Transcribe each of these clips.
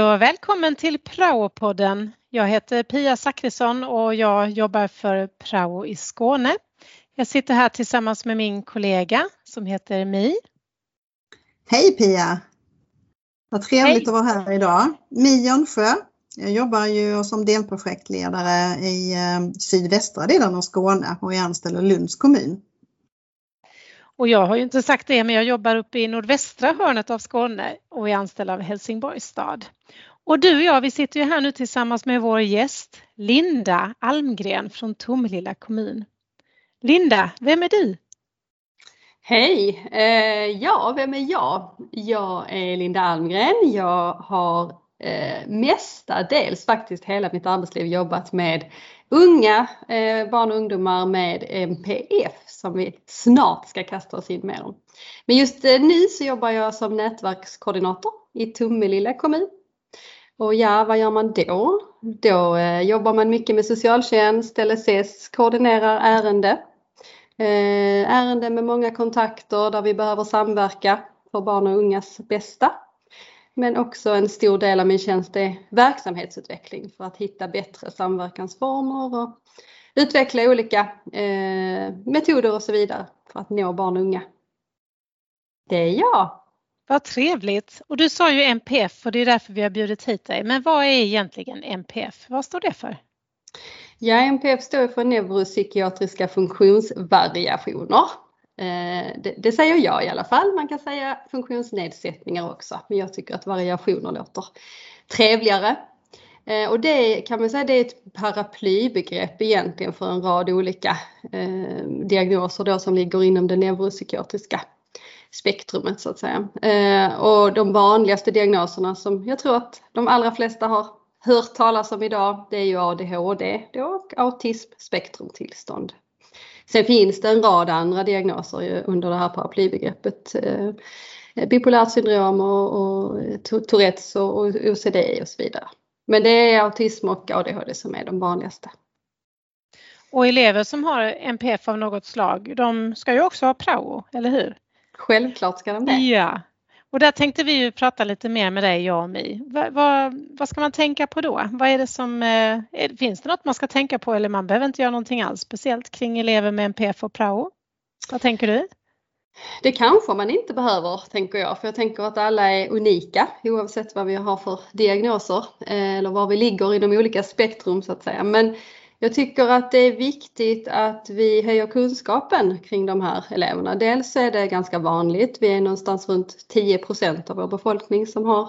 Hej och välkommen till Prao-podden. Jag heter Pia Zackrisson och jag jobbar för Prao i Skåne. Jag sitter här tillsammans med min kollega som heter Mi. Hej Pia! Vad trevligt att vara här idag. Mi Jonsjö. Jag jobbar ju som delprojektledare i sydvästra delen av Skåne och är anställd i Lunds kommun. Och jag har ju inte sagt det, men jag jobbar uppe i nordvästra hörnet av Skåne och är anställd av Helsingborgs stad. Och du och jag, vi sitter ju här nu tillsammans med vår gäst Linda Almgren från Tomelilla kommun. Linda, vem är du? Hej! Vem är jag? Jag är Linda Almgren. Jag har mestadels faktiskt hela mitt arbetsliv jobbat med unga barn och ungdomar med NPF som vi snart ska kasta oss in med dem. Men just nu så jobbar jag som nätverkskoordinator i Tomelilla kommun. Och ja, vad gör man då? Då jobbar man mycket med socialtjänst, LSS, koordinerar ärenden med många kontakter där vi behöver samverka för barn och ungas bästa. Men också en stor del av min tjänst är verksamhetsutveckling för att hitta bättre samverkansformer och utveckla olika metoder och så vidare för att nå barn och unga. Det är jag. Vad trevligt. Och du sa ju NPF och det är därför vi har bjudit hit dig. Men vad är egentligen NPF? Vad står det för? Ja, NPF står för neuropsykiatriska funktionsvariationer. Det säger jag i alla fall. Man kan säga funktionsnedsättningar också. Men jag tycker att variationer låter trevligare. Och det kan man säga det är ett paraplybegrepp egentligen för en rad olika diagnoser då som ligger inom det neuropsykiatriska spektrumet så att säga. Och de vanligaste diagnoserna som jag tror att de allra flesta har hört talas om idag, det är ju ADHD och autismspektrumtillstånd. Sen finns det en rad andra diagnoser under det här paraplybegreppet. Bipolärt syndrom och Tourettes och OCD och så vidare. Men det är autism och ADHD som är de vanligaste. Och elever som har NPF av något slag, de ska ju också ha prao, eller hur? Självklart ska de det. Ja, och där tänkte vi ju prata lite mer med dig, jag och Mi. Vad ska man tänka på då? Vad är det som, finns det något man ska tänka på eller man behöver inte göra någonting alls speciellt kring elever med NPF och prao? Vad tänker du? Det kanske man inte behöver, tänker jag. För jag tänker att alla är unika oavsett vad vi har för diagnoser eller var vi ligger i de olika spektrum så att säga. Men jag tycker att det är viktigt att vi höjer kunskapen kring de här eleverna. Dels är det ganska vanligt. Vi är någonstans runt 10% av vår befolkning som har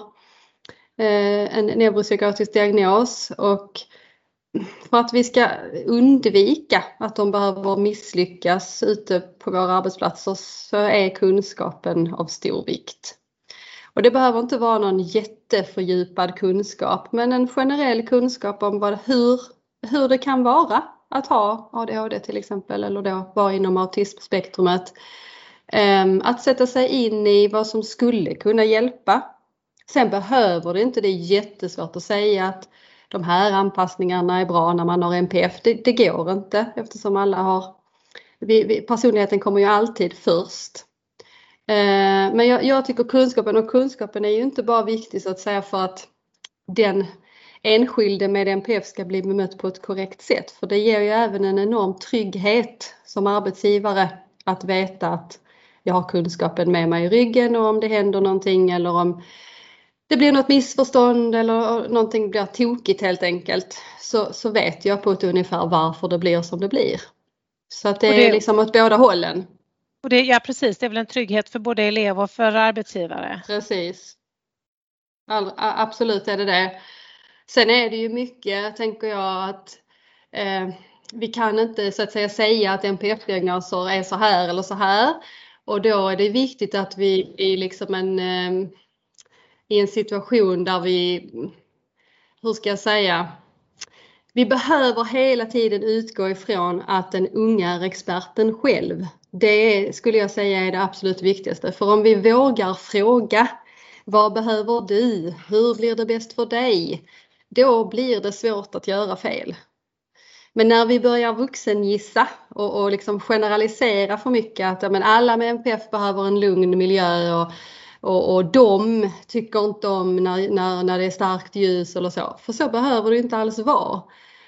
en neuropsykiatrisk diagnos. Och för att vi ska undvika att de behöver misslyckas ute på våra arbetsplatser så är kunskapen av stor vikt. Och det behöver inte vara någon jättefördjupad kunskap men en generell kunskap om hur det kan vara att ha ADHD till exempel eller då vara inom autismspektrumet. Att sätta sig in i vad som skulle kunna hjälpa. Sen behöver det inte, det är jättesvårt att säga att de här anpassningarna är bra när man har NPF. Det går inte eftersom alla har, personligheten kommer ju alltid först. Men jag tycker kunskapen är ju inte bara viktig så att säga för att den enskilde med NPF ska bli bemött på ett korrekt sätt. För det ger ju även en enorm trygghet som arbetsgivare att veta att jag har kunskapen med mig i ryggen och om det händer någonting eller om det blir något missförstånd eller någonting blir tokigt helt enkelt så vet jag på ett ungefär varför det blir som det blir. Så att det är liksom åt båda hållen. Och ja precis, det är väl en trygghet för både elever och för arbetsgivare. Precis. Absolut är det. Sen är det ju mycket, tänker jag, att vi kan inte så att säga att NPF-diagnoser är så här eller så här. Och då är det viktigt att vi är liksom i en situation där vi, vi behöver hela tiden utgå ifrån att den unga är experten själv. Det skulle jag säga är det absolut viktigaste. För om vi vågar fråga, vad behöver du? Hur blir det bäst för dig? Då blir det svårt att göra fel. Men när vi börjar vuxengissa och liksom generalisera för mycket att alla med NPF behöver en lugn miljö och Och de tycker inte om när det är starkt ljus eller så. För så behöver det inte alls vara.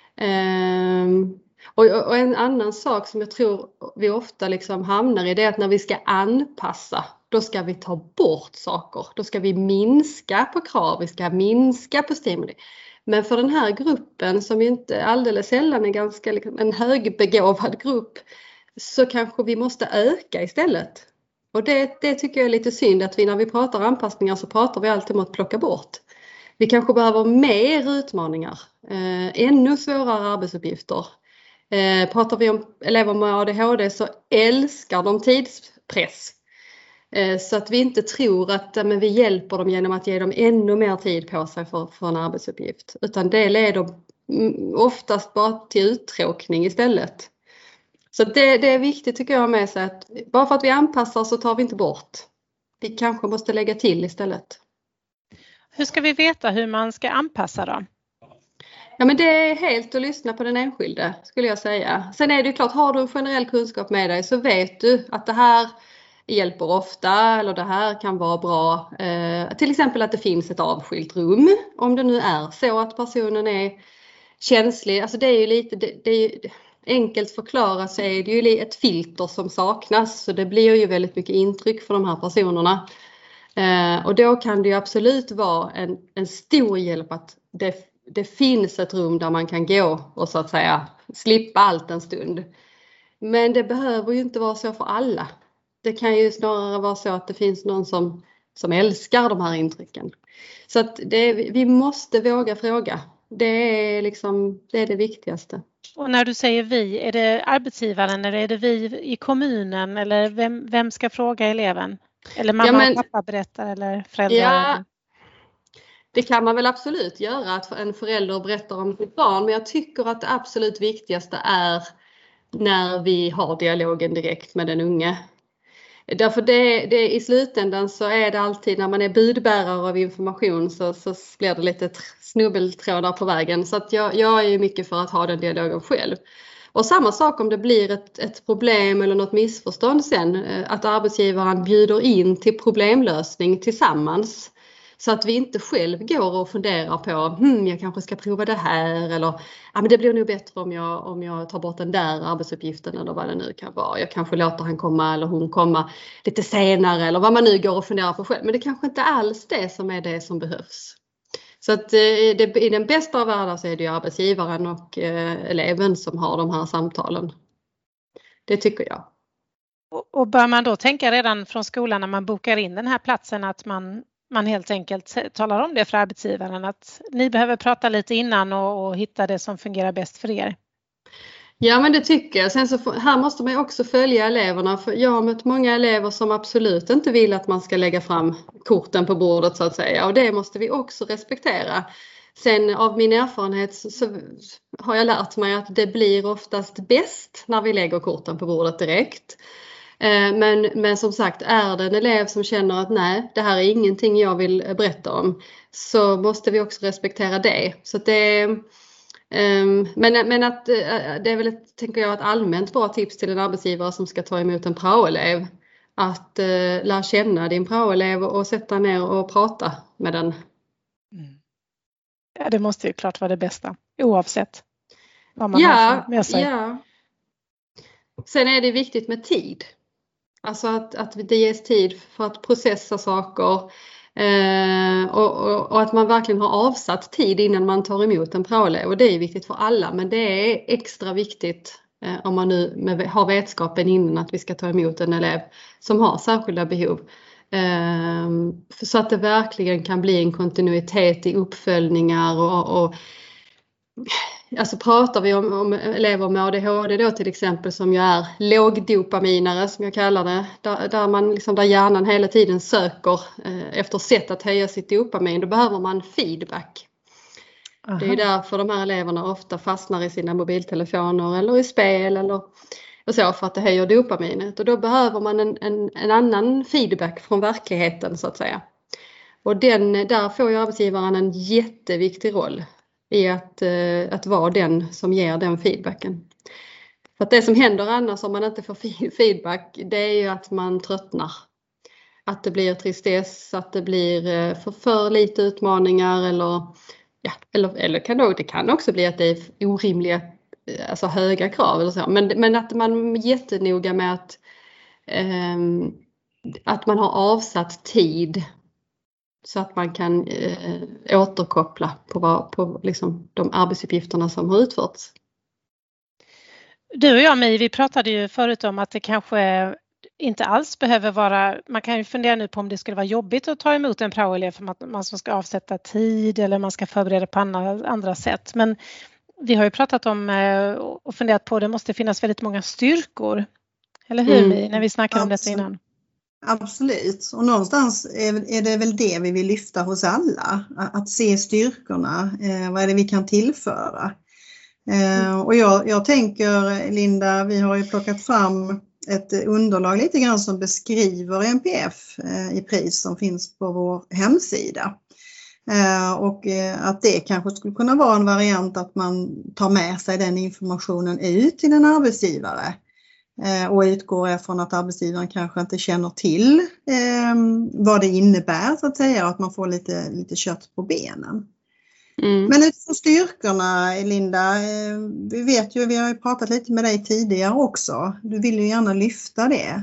Och en annan sak som jag tror vi ofta liksom hamnar i, det är att när vi ska anpassa, då ska vi ta bort saker. Då ska vi minska på krav, vi ska minska på stimuli. Men för den här gruppen som inte alldeles sällan är ganska liksom en högbegåvad grupp, så kanske vi måste öka istället. Och det tycker jag är lite synd, att vi när vi pratar anpassningar så pratar vi alltid om att plocka bort. Vi kanske behöver mer utmaningar, ännu svårare arbetsuppgifter. Pratar vi om elever med ADHD så älskar de tidspress. Så att vi inte tror att vi hjälper dem genom att ge dem ännu mer tid på sig för en arbetsuppgift. Utan det leder oftast bara till uttråkning istället. Så det är viktigt tycker jag med sig, att bara för att vi anpassar så tar vi inte bort. Vi kanske måste lägga till istället. Hur ska vi veta hur man ska anpassa då? Ja, men det är helt att lyssna på den enskilde skulle jag säga. Sen är det ju klart, har du en generell kunskap med dig så vet du att det här hjälper ofta eller det här kan vara bra. Till exempel att det finns ett avskilt rum, om det nu är så att personen är känslig. Alltså det är ju lite, det är ju, enkelt förklarat så är det ju ett filter som saknas, så det blir ju väldigt mycket intryck för de här personerna. Och då kan det ju absolut vara en stor hjälp att det finns ett rum där man kan gå och så att säga slippa allt en stund. Men det behöver ju inte vara så för alla. Det kan ju snarare vara så att det finns någon som älskar de här intrycken. Så att vi måste våga fråga. Det är det viktigaste. Och när du säger vi, är det arbetsgivaren eller är det vi i kommunen, eller vem ska fråga eleven? Eller mamma och pappa berättar eller föräldrar? Ja, det kan man väl absolut göra, att en förälder berättar om sitt barn. Men jag tycker att det absolut viktigaste är när vi har dialogen direkt med den unge. Därför det i slutändan så är det alltid när man är budbärare av information så blir det lite snubbeltrådar på vägen. Så att jag är ju mycket för att ha den dialogen själv. Och samma sak om det blir ett problem eller något missförstånd sen, att arbetsgivaren bjuder in till problemlösning tillsammans. Så att vi inte själv går och funderar på, jag kanske ska prova det här, eller men det blir nog bättre om jag tar bort den där arbetsuppgiften eller vad det nu kan vara. Jag kanske låter han komma eller hon komma lite senare, eller vad man nu går och funderar på själv. Men det kanske inte alls det som är det som behövs. Så att i den bästa av världar så är det ju arbetsgivaren och eleven som har de här samtalen. Det tycker jag. Och bör man då tänka redan från skolan när man bokar in den här platsen att man helt enkelt talar om det för arbetsgivaren, att ni behöver prata lite innan och hitta det som fungerar bäst för er? Ja, men det tycker jag. Sen så här måste man också följa eleverna, för jag har mött många elever som absolut inte vill att man ska lägga fram korten på bordet så att säga, och det måste vi också respektera. Sen av min erfarenhet så har jag lärt mig att det blir oftast bäst när vi lägger korten på bordet direkt. Men som sagt, är det en elev som känner att nej, det här är ingenting jag vill berätta om, så måste vi också respektera det. Så att men att det är väl tänker jag, ett allmänt bra tips till en arbetsgivare som ska ta emot en praoelev, att lära känna din praoelev och sätta ner och prata med den. Ja, det måste ju klart vara det bästa, oavsett vad man har med sig. Ja. Sen är det viktigt med tid. Alltså att det ges tid för att processa saker och att man verkligen har avsatt tid innan man tar emot en praoelev. Och det är viktigt för alla, men det är extra viktigt om man nu har vetskapen innan att vi ska ta emot en elev som har särskilda behov. Så att det verkligen kan bli en kontinuitet i uppföljningar och alltså pratar vi om elever med ADHD då till exempel, som ju är lågdopaminare som jag kallar det, där hjärnan hela tiden söker efter sätt att höja sitt dopamin, då behöver man feedback. Aha. Det är därför de här eleverna ofta fastnar i sina mobiltelefoner eller i spel eller så, för att det höjer dopaminet, och då behöver man en annan feedback från verkligheten så att säga. Och där får ju arbetsgivaren en jätteviktig roll i att vara den som ger den feedbacken. För att det som händer annars om man inte får feedback, det är ju att man tröttnar. att det blir tristess, att det blir för lite utmaningar eller det kan också bli att det är orimliga, alltså höga krav eller så. Men att man är jättenoga med att man har avsatt tid så att man kan återkoppla på liksom de arbetsuppgifterna som har utförts. Du och jag, Mi, vi pratade ju förut om att det kanske inte alls behöver vara, man kan ju fundera nu på om det skulle vara jobbigt att ta emot en praoelev för att man ska avsätta tid eller man ska förbereda på andra sätt. Men vi har ju pratat om och funderat på att det måste finnas väldigt många styrkor. Eller hur, Mi, när vi snackade om detta innan? Absolut, och någonstans är det väl det vi vill lyfta hos alla, att se styrkorna, vad är det vi kan tillföra. Och jag tänker, Linda, vi har ju plockat fram ett underlag lite grann som beskriver NPF i pris som finns på vår hemsida. Och att det kanske skulle kunna vara en variant att man tar med sig den informationen ut till en arbetsgivare. Och utgår från att arbetsgivaren kanske inte känner till vad det innebär så att säga, och att man får lite kött på benen. Men utifrån styrkorna, Linda, vi vet ju, vi har ju pratat lite med dig tidigare också. Du vill ju gärna lyfta det.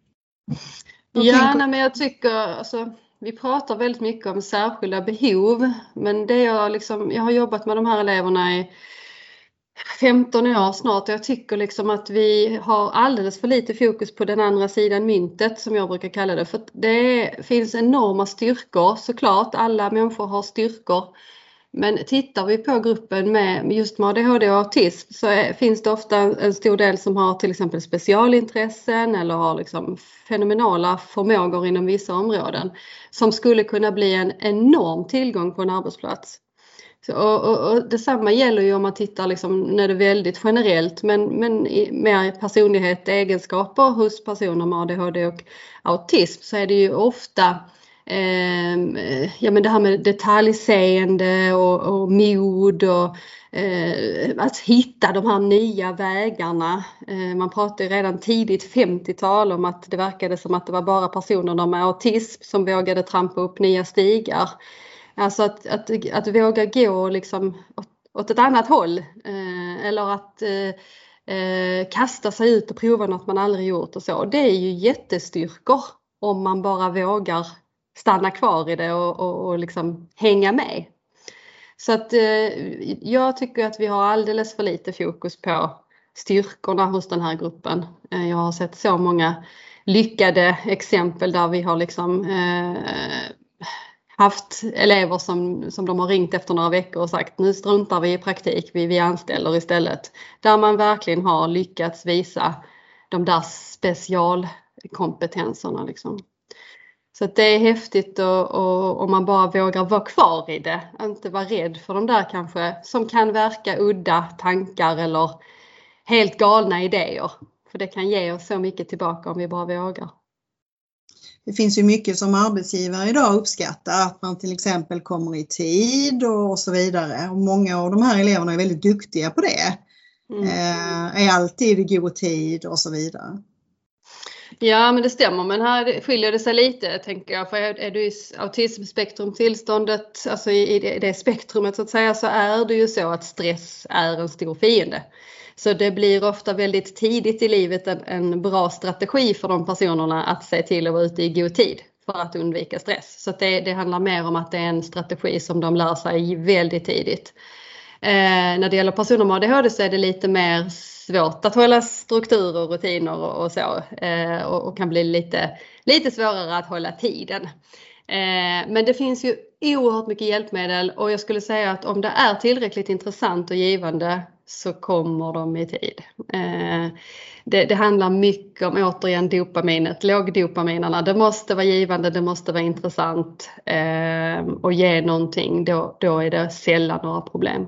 Men jag tycker, alltså, vi pratar väldigt mycket om särskilda behov, men jag har jobbat med de här eleverna i 15 år snart och jag tycker liksom att vi har alldeles för lite fokus på den andra sidan myntet, som jag brukar kalla det. För det finns enorma styrkor, såklart, alla människor har styrkor. Men tittar vi på gruppen med just ADHD och autism så finns det ofta en stor del som har till exempel specialintressen eller har liksom fenomenala förmågor inom vissa områden som skulle kunna bli en enorm tillgång på en arbetsplats. Och detsamma gäller ju om man tittar liksom när det är väldigt generellt, men mer personlighet, egenskaper hos personer med ADHD och autism, så är det ju ofta men det här med detaljseende och mod och att hitta de här nya vägarna. Man pratade redan tidigt 50-tal om att det verkade som att det var bara personer med autism som vågade trampa upp nya stigar. Alltså att våga gå liksom åt ett annat håll eller att kasta sig ut och prova något man aldrig gjort och så. Det är ju jättestyrkor om man bara vågar stanna kvar i det och liksom hänga med. Så att jag tycker att vi har alldeles för lite fokus på styrkorna hos den här gruppen. Jag har sett så många lyckade exempel där vi har liksom haft elever som de har ringt efter några veckor och sagt nu struntar vi i praktik, vi anställer istället. Där man verkligen har lyckats visa de där specialkompetenserna liksom. Så att det är häftigt och om man bara vågar vara kvar i det. Inte vara rädd för de där kanske som kan verka udda tankar eller helt galna idéer. För det kan ge oss så mycket tillbaka om vi bara vågar. Det finns ju mycket som arbetsgivare idag uppskattar, att man till exempel kommer i tid och så vidare. Och många av de här eleverna är väldigt duktiga på det. Är alltid i god tid och så vidare. Ja, men det stämmer, men här skiljer det sig lite tänker jag, för är du i autismspektrumtillståndet, alltså i det spektrumet så att säga, så är det ju så att stress är en stor fiende. Så det blir ofta väldigt tidigt i livet en bra strategi för de personerna att se till att vara ute i god tid för att undvika stress. Så att det handlar mer om att det är en strategi som de lär sig väldigt tidigt. När det gäller personer med ADHD så är det lite mer svårt att hålla strukturer och rutiner och så. Och kan bli lite svårare att hålla tiden. Men det finns ju oerhört mycket hjälpmedel och jag skulle säga att om det är tillräckligt intressant och givande så kommer de i tid. Det handlar mycket om återigen dopaminet, lågdopaminerna. Det måste vara givande, det måste vara intressant och ge någonting. Då är det sällan några problem.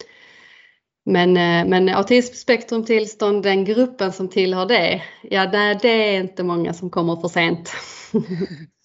Men autismspektrumtillstånd, den gruppen som tillhör det, det är inte många som kommer för sent.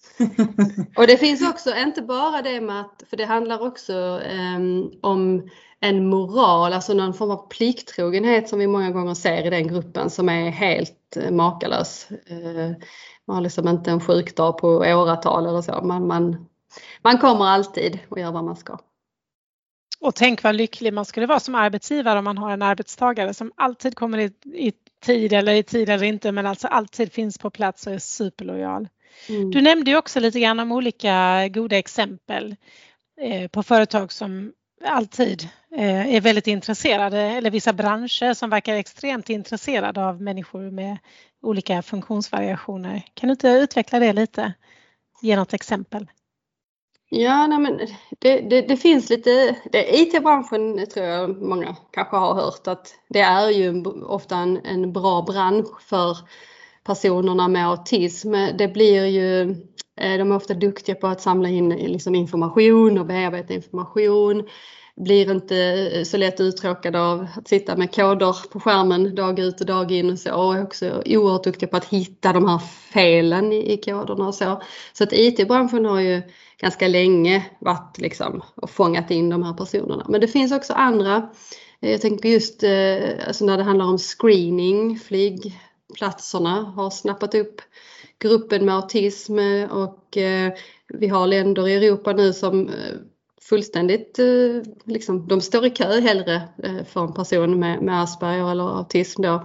Och det finns också, inte bara det med att, för det handlar också om en moral, alltså någon form av plikttrogenhet som vi många gånger ser i den gruppen som är helt makalös. Man har liksom inte en sjukdag på åratal eller så. Man kommer alltid och gör vad man ska. Och tänk vad lycklig man skulle vara som arbetsgivare om man har en arbetstagare som alltid kommer i tid eller inte, men alltså alltid finns på plats och är superlojal. Du nämnde ju också lite grann om olika goda exempel på företag som alltid är väldigt intresserade, eller vissa branscher som verkar extremt intresserade av människor med olika funktionsvariationer. Kan du inte utveckla det lite? Ge något exempel. Ja, nej, men det finns lite, IT-branschen tror jag många kanske har hört att det är ju ofta en bra bransch för personerna med autism. Det blir ju, de är ofta duktiga på att samla in liksom information och bearbeta information. Blir inte så lätt uttråkade av att sitta med koder på skärmen dag ut och dag in och så. Och är också oerhört duktiga på att hitta de här felen i koderna och så. Så att IT-branschen har ju ganska länge varit liksom och fångat in de här personerna. Men det finns också andra, jag tänker just alltså när det handlar om screening, flygplatserna har snappat upp gruppen med autism och vi har länder i Europa nu som fullständigt, liksom, de står i kö hellre för en person med Asperger eller autism då,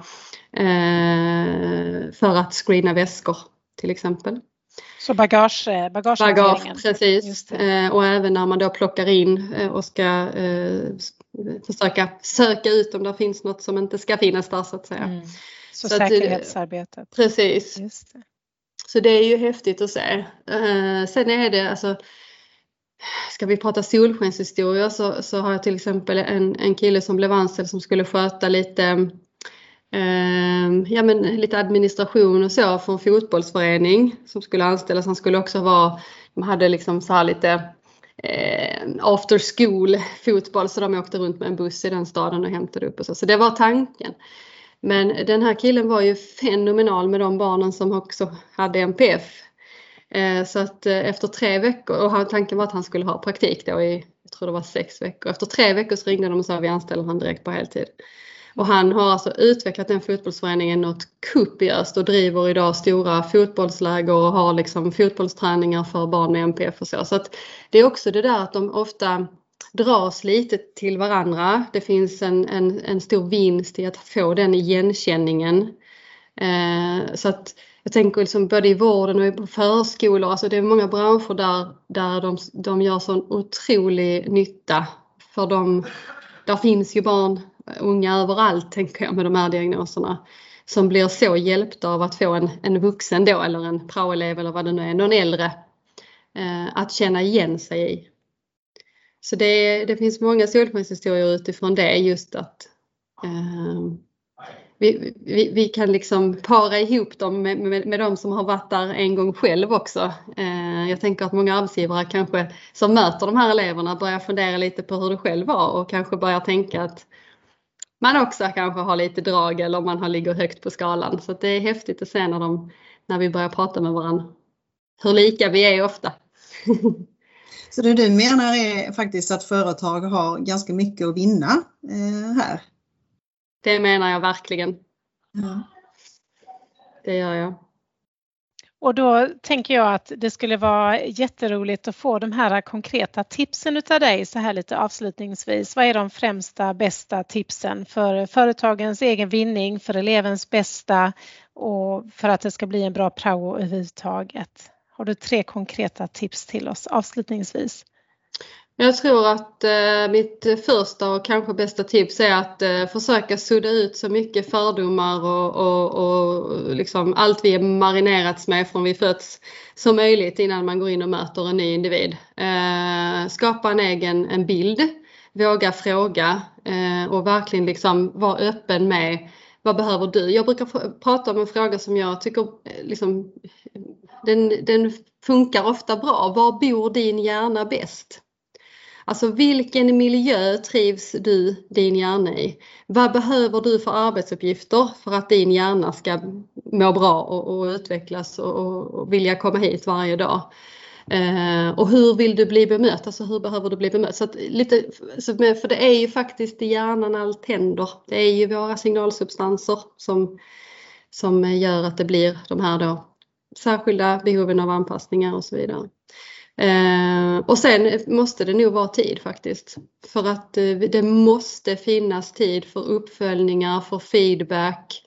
för att screena väskor till exempel. Så bagage, precis. Och även när man då plockar in och ska försöka söka ut om det finns något som inte ska finnas där så att säga. Så säkerhetsarbetet. Precis. Just det. Så det är ju häftigt att se. Sen är det alltså, ska vi prata solskenshistorier så har jag till exempel en kille som blev anställd som skulle sköta lite lite administration och så för en fotbollsförening som skulle anställas. Han skulle också de hade liksom så här lite after school fotboll så de åkte runt med en buss i den staden och hämtade upp och så det var tanken. Men den här killen var ju fenomenal med de barnen som också hade NPF. Så att efter 3 veckor, och tanken var att han skulle ha praktik då i, jag tror det var 6 veckor. Efter 3 veckor så ringde de och sa vi anställer han direkt på heltid. Och han har alltså utvecklat den fotbollsföreningen något kopiöst och driver idag stora fotbollsläger och har liksom fotbollsträningar för barn med NPF och så. Så att det är också det där att de ofta dras lite till varandra. Det finns en stor vinst i att få den igenkänningen. Så att jag tänker liksom både i vården och på förskolor, alltså det är många branscher där de gör sån otrolig nytta för dem. Där finns ju barn, unga överallt tänker jag med de här diagnoserna som blir så hjälpta av att få en vuxen då eller en praoelev eller vad det nu är, någon äldre att känna igen sig i. Så det finns många solskenshistorier utifrån det, just att vi kan liksom para ihop dem med de som har varit där en gång själv också. Jag tänker att många arbetsgivare kanske som möter de här eleverna börjar fundera lite på hur det själv var och kanske börjar tänka att man också kanske har lite drag eller om man ligger högt på skalan. Så det är häftigt att se när vi börjar prata med varandra hur lika vi är ofta. Så det du menar är faktiskt att företag har ganska mycket att vinna här? Det menar jag verkligen. Ja. Det gör jag. Och då tänker jag att det skulle vara jätteroligt att få de här konkreta tipsen utav dig så här lite avslutningsvis. Vad är de främsta, bästa tipsen för företagens egen vinning, för elevens bästa och för att det ska bli en bra prao överhuvudtaget? Har du 3 konkreta tips till oss avslutningsvis? Jag tror att mitt första och kanske bästa tips är att försöka sudda ut så mycket fördomar och liksom allt vi är marinerats med från vi föds som möjligt innan man går in och möter en ny individ. Skapa en bild, våga fråga och verkligen liksom vara öppen med vad behöver du? Jag brukar prata om en fråga som jag tycker liksom, den funkar ofta bra. Var bor din hjärna bäst? Alltså vilken miljö trivs din hjärna i? Vad behöver du för arbetsuppgifter för att din hjärna ska må bra och utvecklas och vilja komma hit varje dag? Och hur vill du bli bemött? Alltså hur behöver du bli bemött? Så att för det är ju faktiskt i hjärnan allt händer. Det är ju våra signalsubstanser som gör att det blir de här då särskilda behoven av anpassningar och så vidare. Och sen måste det nog vara tid faktiskt. För att det måste finnas tid för uppföljningar, för feedback.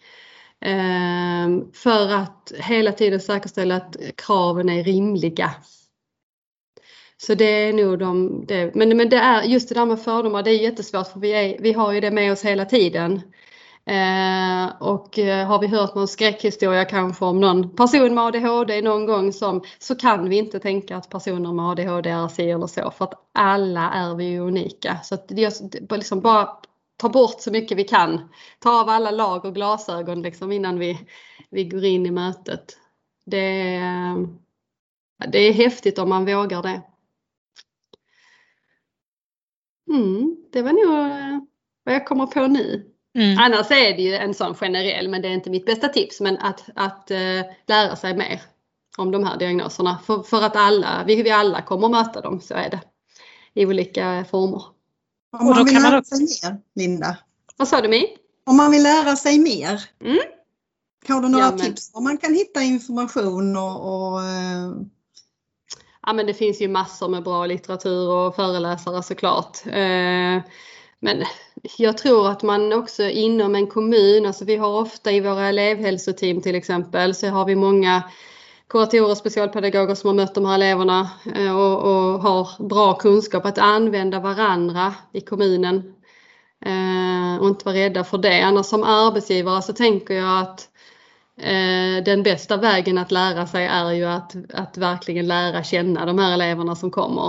För att hela tiden säkerställa att kraven är rimliga. Så det är nog men det är just det där med fördomar, det är jättesvårt för vi har ju det med oss hela tiden. Och har vi hört någon skräckhistoria kanske om någon person med ADHD någon gång så kan vi inte tänka att personer med ADHD är si eller så, för att alla är vi ju unika. Så att liksom bara ta bort så mycket vi kan, ta av alla lag och glasögon liksom innan vi går in i mötet. Det är häftigt om man vågar det. Det var nog vad jag kommer på nu. Annars är det ju en sån generell, men det är inte mitt bästa tips, men att lära sig mer om de här diagnoserna. För att vi alla kommer möta dem, så är det. I olika former. Om man vill lära sig mer, Linda. Vad sa du, Mi? Om man vill lära sig mer. Har du några tips om man kan hitta information och Ja, men det finns ju massor med bra litteratur och föreläsare såklart. Men jag tror att man också inom en kommun, alltså vi har ofta i våra elevhälsoteam till exempel, så har vi många kuratorer och specialpedagoger som har mött de här eleverna och har bra kunskap att använda varandra i kommunen. Och inte vara rädda för det. Annars som arbetsgivare så tänker jag att den bästa vägen att lära sig är ju att verkligen lära känna de här eleverna som kommer.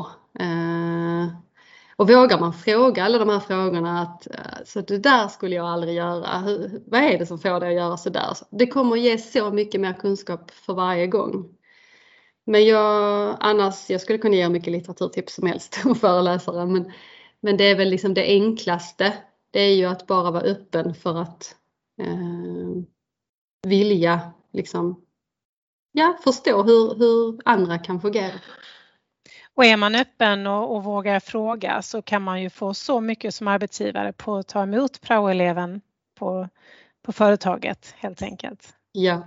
Och vågar man fråga alla de här frågorna så det där skulle jag aldrig göra. Vad är det som får dig att göra så där? Det kommer att ge så mycket mer kunskap för varje gång. Men jag skulle kunna ge mycket litteraturtips som helst och föreläsare. Men det är väl liksom det enklaste. Det är ju att bara vara öppen för att vilja liksom, förstå hur andra kan fungera. Och är man öppen och vågar fråga så kan man ju få så mycket som arbetsgivare på att ta emot praoeleven på företaget helt enkelt. Ja.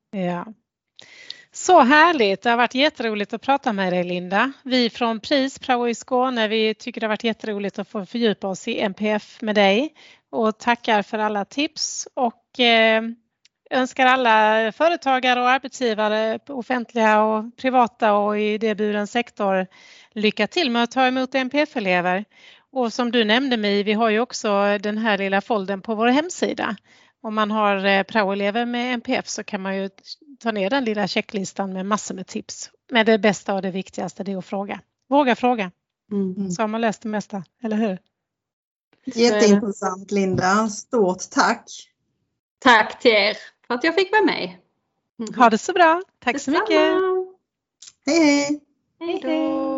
Så härligt, det har varit jätteroligt att prata med dig, Linda. Vi från PRIS Prao i Skåne, vi tycker det har varit jätteroligt att få fördjupa oss i NPF med dig och tackar för alla tips och önskar alla företagare och arbetsgivare, offentliga och privata och i idéburen sektor lycka till med att ta emot NPF-elever. Och som du nämnde, Mi, vi har ju också den här lilla folden på vår hemsida. Om man har praoelever med NPF så kan man ju ta ner den lilla checklistan med massor med tips. Men det bästa och det viktigaste är att fråga. Våga fråga. Så har man läst det mesta, eller hur? Jätteintressant, Linda. Stort tack. Tack till er för att jag fick vara med. Ha det så bra. Tack så mycket. Hej hej. Hej då.